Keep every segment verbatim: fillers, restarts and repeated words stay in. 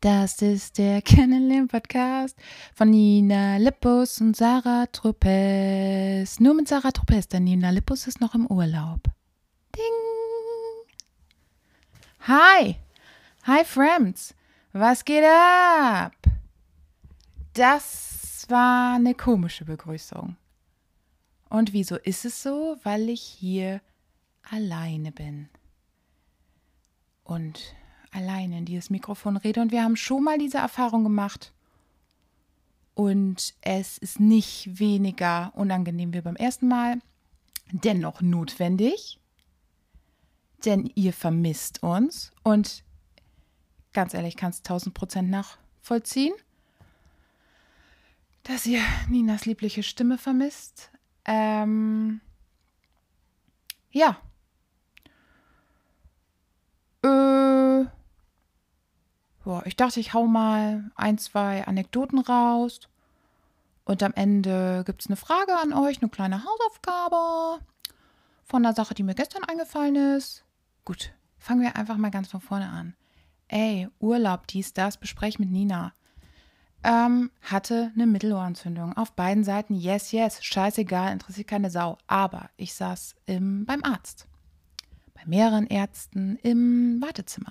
Das ist der Kennenlernen-Podcast von Nina Lippus und Sarah Truppes. Nur mit Sarah Truppes, denn Nina Lippus ist noch im Urlaub. Ding! Hi! Hi, Friends! Was geht ab? Das war eine komische Begrüßung. Und wieso ist es so? Weil ich hier alleine bin. Und alleine in dieses Mikrofon rede. Und wir haben schon mal diese Erfahrung gemacht. Und es ist nicht weniger unangenehm wie beim ersten Mal. Dennoch notwendig. Denn ihr vermisst uns. Und ganz ehrlich, kann es tausend Prozent nachvollziehen, dass ihr Ninas liebliche Stimme vermisst. Ähm, ja. Äh, boah, ich dachte, ich hau mal ein, zwei Anekdoten raus. Und am Ende gibt es eine Frage an euch, eine kleine Hausaufgabe von einer Sache, die mir gestern eingefallen ist. Gut, fangen wir einfach mal ganz von vorne an. Ey, Urlaub, dies, das, Besprech mit Nina. Ähm, hatte eine Mittelohrentzündung. Auf beiden Seiten, yes, yes, scheißegal, interessiert keine Sau. Aber ich saß im, beim Arzt. Bei mehreren Ärzten im Wartezimmer.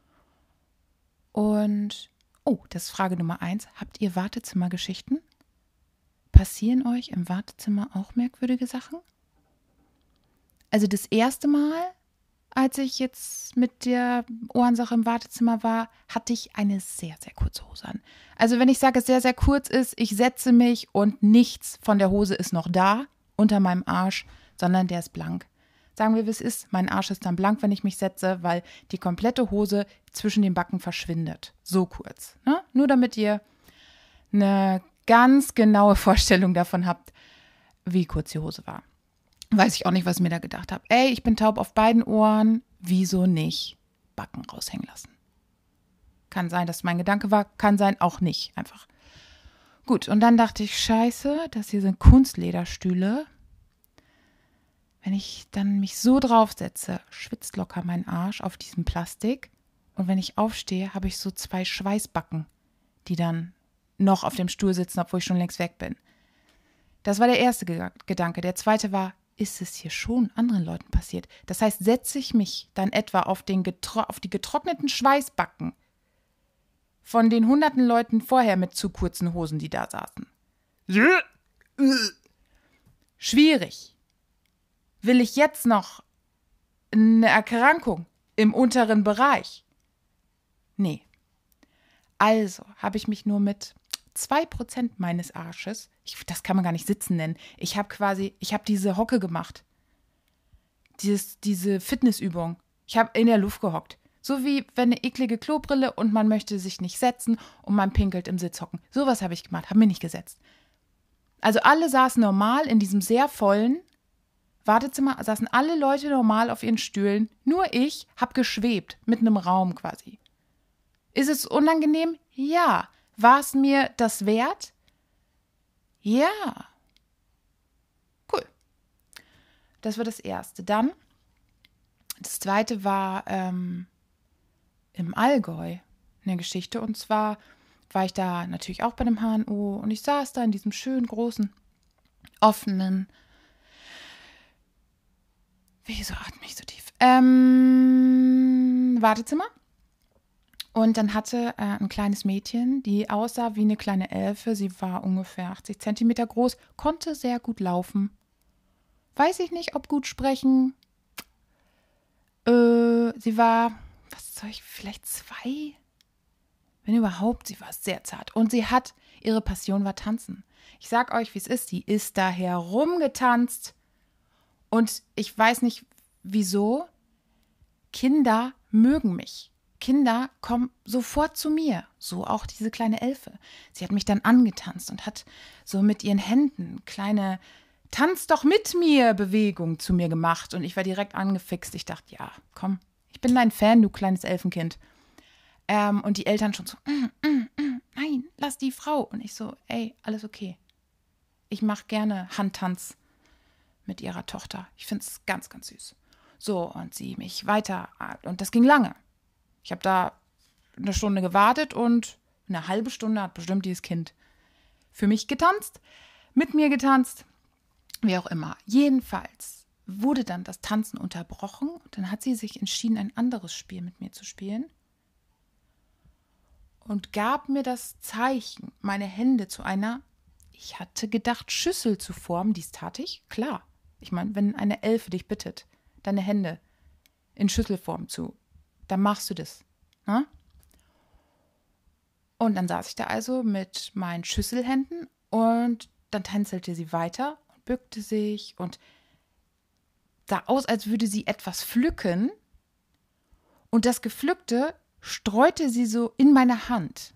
Und, oh, das ist Frage Nummer eins. Habt ihr Wartezimmergeschichten? Passieren euch im Wartezimmer auch merkwürdige Sachen? Also das erste Mal, als ich jetzt mit der Ohrensache im Wartezimmer war, hatte ich eine sehr, sehr kurze Hose an. Also wenn ich sage, es sehr, sehr kurz ist, ich setze mich und nichts von der Hose ist noch da, unter meinem Arsch, sondern der ist blank. Sagen wir, wie es ist, mein Arsch ist dann blank, wenn ich mich setze, weil die komplette Hose zwischen den Backen verschwindet. So kurz. Ne? Nur damit ihr eine ganz genaue Vorstellung davon habt, wie kurz die Hose war. Weiß ich auch nicht, was ich mir da gedacht habe. Ey, ich bin taub auf beiden Ohren. Wieso nicht Backen raushängen lassen? Kann sein, dass mein Gedanke war. Kann sein, auch nicht. Einfach. Gut, und dann dachte ich, scheiße, das hier sind Kunstlederstühle. Wenn ich dann mich so draufsetze, schwitzt locker mein Arsch auf diesem Plastik. Und wenn ich aufstehe, habe ich so zwei Schweißbacken, die dann noch auf dem Stuhl sitzen, obwohl ich schon längst weg bin. Das war der erste Gedanke. Der zweite war, ist es hier schon anderen Leuten passiert? Das heißt, setze ich mich dann etwa auf, den getro- auf die getrockneten Schweißbacken von den hunderten Leuten vorher mit zu kurzen Hosen, die da saßen? Schwierig. Will ich jetzt noch eine Erkrankung im unteren Bereich? Nee. Also habe ich mich nur mit zwei Prozent meines Arsches, ich, das kann man gar nicht sitzen nennen, ich habe quasi, ich habe diese Hocke gemacht. Dieses, diese Fitnessübung. Ich habe in der Luft gehockt. So wie wenn eine eklige Klobrille und man möchte sich nicht setzen und man pinkelt im Sitz hocken. Sowas habe ich gemacht, habe mich nicht gesetzt. Also alle saßen normal in diesem sehr vollen Wartezimmer, saßen alle Leute normal auf ihren Stühlen. Nur ich habe geschwebt mit einem Raum quasi. Ist es unangenehm? Ja. War es mir das wert? Ja. Cool. Das war das Erste. Dann, das Zweite war ähm, im Allgäu eine Geschichte. Und zwar war ich da natürlich auch bei dem H N O und ich saß da in diesem schönen, großen, offenen, wieso atme ich so tief? Ähm, Wartezimmer. Und dann hatte äh, ein kleines Mädchen, die aussah wie eine kleine Elfe. Sie war ungefähr achtzig Zentimeter groß, konnte sehr gut laufen. Weiß ich nicht, ob gut sprechen. Äh, sie war, was soll ich, vielleicht zwei? Wenn überhaupt, sie war sehr zart. Und sie hat, ihre Passion war Tanzen. Ich sag euch, wie es ist, sie ist da herumgetanzt. Und ich weiß nicht, wieso. Kinder mögen mich. Kinder kommen sofort zu mir, so auch diese kleine Elfe. Sie hat mich dann angetanzt und hat so mit ihren Händen kleine Tanz doch mit mir Bewegung zu mir gemacht. Und ich war direkt angefixt. Ich dachte, ja, komm, ich bin dein Fan, du kleines Elfenkind. Ähm, und die Eltern schon so, mm, mm, mm, nein, lass die Frau. Und ich so, ey, alles okay. Ich mache gerne Handtanz mit ihrer Tochter. Ich finde es ganz, ganz süß. So, und sie mich weiter, und das ging lange. Ich habe da eine Stunde gewartet und eine halbe Stunde hat bestimmt dieses Kind für mich getanzt, mit mir getanzt, wie auch immer. Jedenfalls wurde dann das Tanzen unterbrochen und dann hat sie sich entschieden, ein anderes Spiel mit mir zu spielen und gab mir das Zeichen, meine Hände zu einer, ich hatte gedacht, Schüssel zu formen. Dies tat ich, klar. Ich meine, wenn eine Elfe dich bittet, deine Hände in Schüsselform zu, dann machst du das. Ne? Und dann saß ich da also mit meinen Schüsselhänden und dann tänzelte sie weiter und bückte sich und sah aus, als würde sie etwas pflücken. Und das Gepflückte streute sie so in meine Hand.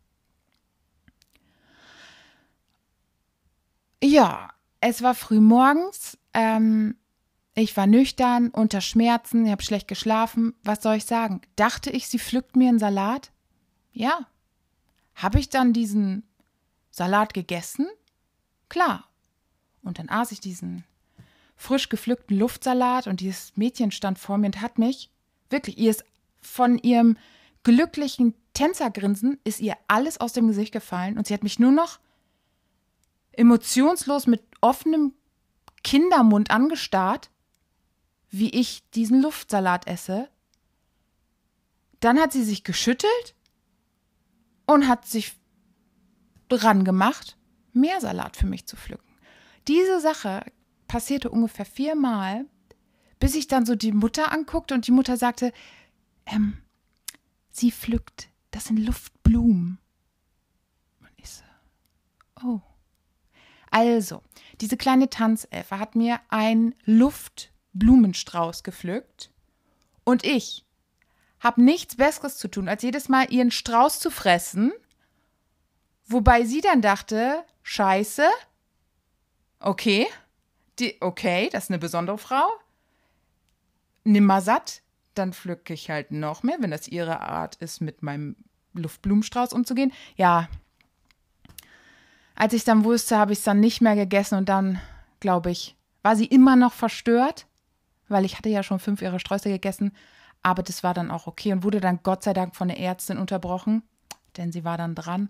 Ja, es war früh morgens. Ähm, ich war nüchtern, unter Schmerzen, ich habe schlecht geschlafen. Was soll ich sagen? Dachte ich, sie pflückt mir einen Salat? Ja. Habe ich dann diesen Salat gegessen? Klar. Und dann aß ich diesen frisch gepflückten Luftsalat und dieses Mädchen stand vor mir und hat mich, wirklich, ihr ist von ihrem glücklichen Tänzergrinsen, ist ihr alles aus dem Gesicht gefallen und sie hat mich nur noch emotionslos mit offenem Kindermund angestarrt, wie ich diesen Luftsalat esse. Dann hat sie sich geschüttelt und hat sich dran gemacht, mehr Salat für mich zu pflücken. Diese Sache passierte ungefähr viermal, bis ich dann so die Mutter anguckte und die Mutter sagte, ähm, sie pflückt, das sind Luftblumen. Und ich so, oh. Also, diese kleine Tanzelfe hat mir einen Luftblumenstrauß gepflückt und ich habe nichts Besseres zu tun, als jedes Mal ihren Strauß zu fressen, wobei sie dann dachte, scheiße, okay, die, okay, das ist eine besondere Frau, nimmer satt, dann pflücke ich halt noch mehr, wenn das ihre Art ist, mit meinem Luftblumenstrauß umzugehen. Ja, als ich dann wusste, habe ich es dann nicht mehr gegessen und dann, glaube ich, war sie immer noch verstört, weil ich hatte ja schon fünf ihrer Sträuße gegessen, aber das war dann auch okay und wurde dann Gott sei Dank von der Ärztin unterbrochen, denn sie war dann dran.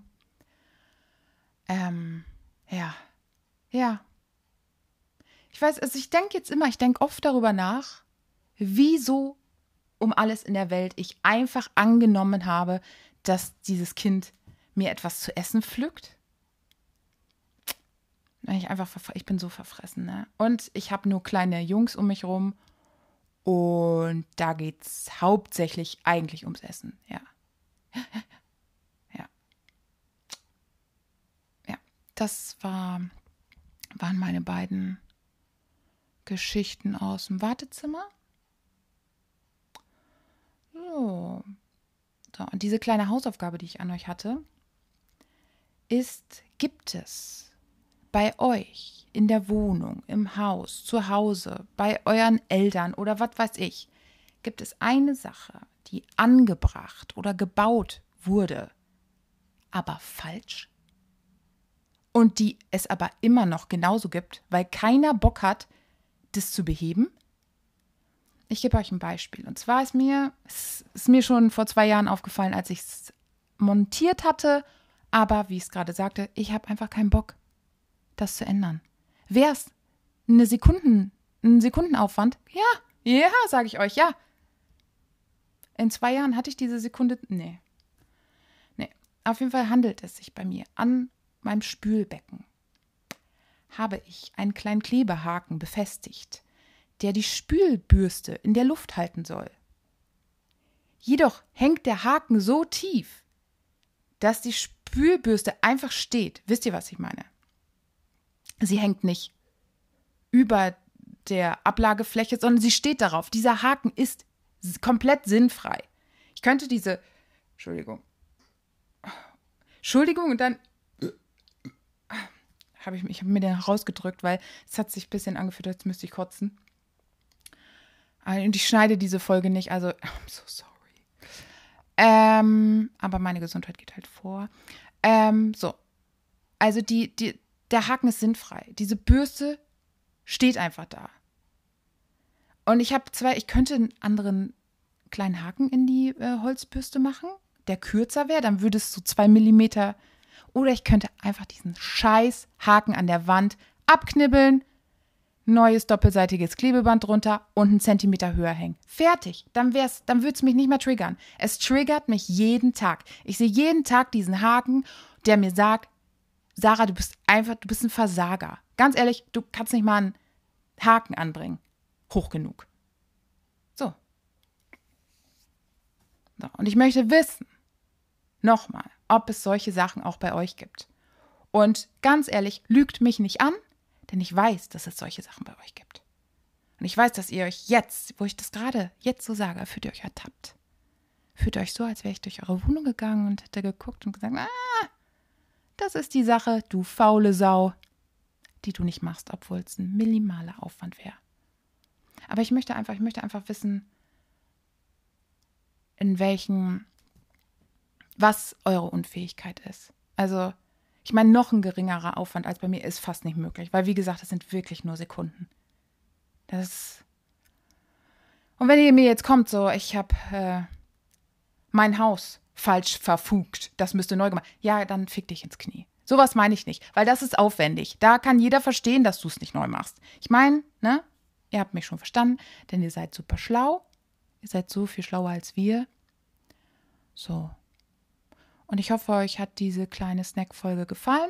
Ähm, ja, ja. Ich weiß, also ich denke jetzt immer, ich denke oft darüber nach, wieso um alles in der Welt ich einfach angenommen habe, dass dieses Kind mir etwas zu essen pflückt. Ich, einfach, ich bin so verfressen, ne? Und ich habe nur kleine Jungs um mich rum und da geht es hauptsächlich eigentlich ums Essen, ja. Ja. Ja, das war, waren meine beiden Geschichten aus dem Wartezimmer. So. So, und diese kleine Hausaufgabe, die ich an euch hatte, ist, gibt es bei euch in der Wohnung, im Haus, zu Hause, bei euren Eltern oder was weiß ich, gibt es eine Sache, die angebracht oder gebaut wurde, aber falsch und die es aber immer noch genauso gibt, weil keiner Bock hat, das zu beheben? Ich gebe euch ein Beispiel. Und zwar ist mir, es ist mir schon vor zwei Jahren aufgefallen, als ich es montiert hatte, aber wie ich es gerade sagte, ich habe einfach keinen Bock, das zu ändern. Wäre es eine Sekunden, ein Sekundenaufwand? Ja, ja, sage ich euch, ja. In zwei Jahren hatte ich diese Sekunde, nee. Nee, auf jeden Fall handelt es sich bei mir an meinem Spülbecken. Habe ich einen kleinen Klebehaken befestigt, der die Spülbürste in der Luft halten soll. Jedoch hängt der Haken so tief, dass die Spülbürste einfach steht. Wisst ihr, was ich meine? Sie hängt nicht über der Ablagefläche, sondern sie steht darauf. Dieser Haken ist komplett sinnfrei. Ich könnte diese, Entschuldigung, Entschuldigung und dann habe ich, ich habe mir den rausgedrückt, weil es hat sich ein bisschen angefühlt, als müsste ich kotzen. Und ich schneide diese Folge nicht, also I'm so sorry. Ähm, aber meine Gesundheit geht halt vor. Ähm, so, also die, die Der Haken ist sinnfrei. Diese Bürste steht einfach da. Und ich habe zwei, ich könnte einen anderen kleinen Haken in die äh, Holzbürste machen. der kürzer wäre, dann würde es so zwei Millimeter, oder ich könnte einfach diesen scheiß Haken an der Wand abknibbeln, neues doppelseitiges Klebeband drunter und einen Zentimeter höher hängen. Fertig. Dann wär's, dann würde es mich nicht mehr triggern. Es triggert mich jeden Tag. Ich sehe jeden Tag diesen Haken, der mir sagt, Sarah, du bist einfach, du bist ein Versager. Ganz ehrlich, du kannst nicht mal einen Haken anbringen. Hoch genug. So. so. Und ich möchte wissen, nochmal, ob es solche Sachen auch bei euch gibt. Und ganz ehrlich, lügt mich nicht an, denn ich weiß, dass es solche Sachen bei euch gibt. Und ich weiß, dass ihr euch jetzt, wo ich das gerade jetzt so sage, fühlt ihr euch ertappt. Fühlt ihr euch so, als wäre ich durch eure Wohnung gegangen und hätte geguckt und gesagt, ah, das ist die Sache, du faule Sau, die du nicht machst, obwohl es ein minimaler Aufwand wäre. Aber ich möchte einfach, ich möchte einfach wissen, in welchen, was eure Unfähigkeit ist. Also, ich meine, noch ein geringerer Aufwand als bei mir ist fast nicht möglich, weil, wie gesagt, das sind wirklich nur Sekunden. Das ist. Und wenn ihr mir jetzt kommt, so, ich habe äh, mein Haus falsch verfugt, das müsste neu gemacht, ja, dann fick dich ins Knie. Sowas meine ich nicht, weil das ist aufwendig. Da kann jeder verstehen, dass du es nicht neu machst. Ich meine, ne, ihr habt mich schon verstanden, denn ihr seid super schlau. Ihr seid so viel schlauer als wir. So. Und ich hoffe, euch hat diese kleine Snack-Folge gefallen.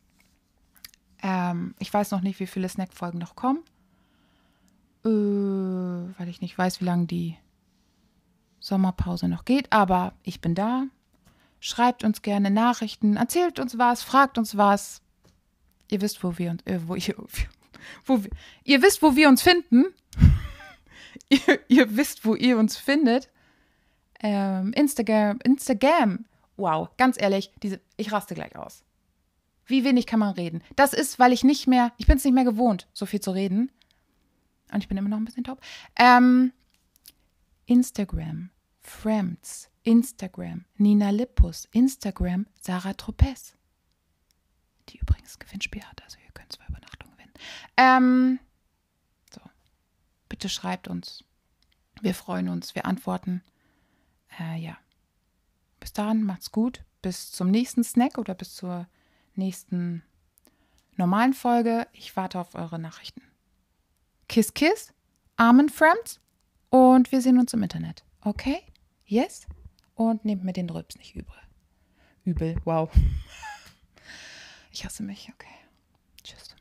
Ähm, ich weiß noch nicht, wie viele Snack-Folgen noch kommen. Äh, weil ich nicht weiß, wie lange die Sommerpause noch geht. Aber ich bin da. Schreibt uns gerne Nachrichten. Erzählt uns was. Fragt uns was. Ihr wisst, wo wir uns... Äh, wo ihr, wo wir, ihr wisst, wo wir uns finden. ihr, ihr wisst, wo ihr uns findet. Ähm, Instagram. Instagram. Wow, ganz ehrlich, diese, ich raste gleich aus. Wie wenig kann man reden? Das ist, weil ich nicht mehr, ich bin es nicht mehr gewohnt, so viel zu reden. Und ich bin immer noch ein bisschen taub. Ähm, Instagram, Fremds, Instagram, Nina Lippus, Instagram, Sarah Tropez. Die übrigens Gewinnspiel hat, also ihr könnt zwei Übernachtungen gewinnen. Ähm, so, bitte schreibt uns. Wir freuen uns, wir antworten. Äh, ja. Bis dahin, macht's gut. Bis zum nächsten Snack oder bis zur nächsten normalen Folge. Ich warte auf eure Nachrichten. Kiss, kiss, Amen, Friends. Und wir sehen uns im Internet. Okay? Yes? Und nehmt mir den Rülps nicht übel. Übel, wow. Ich hasse mich, okay. Tschüss.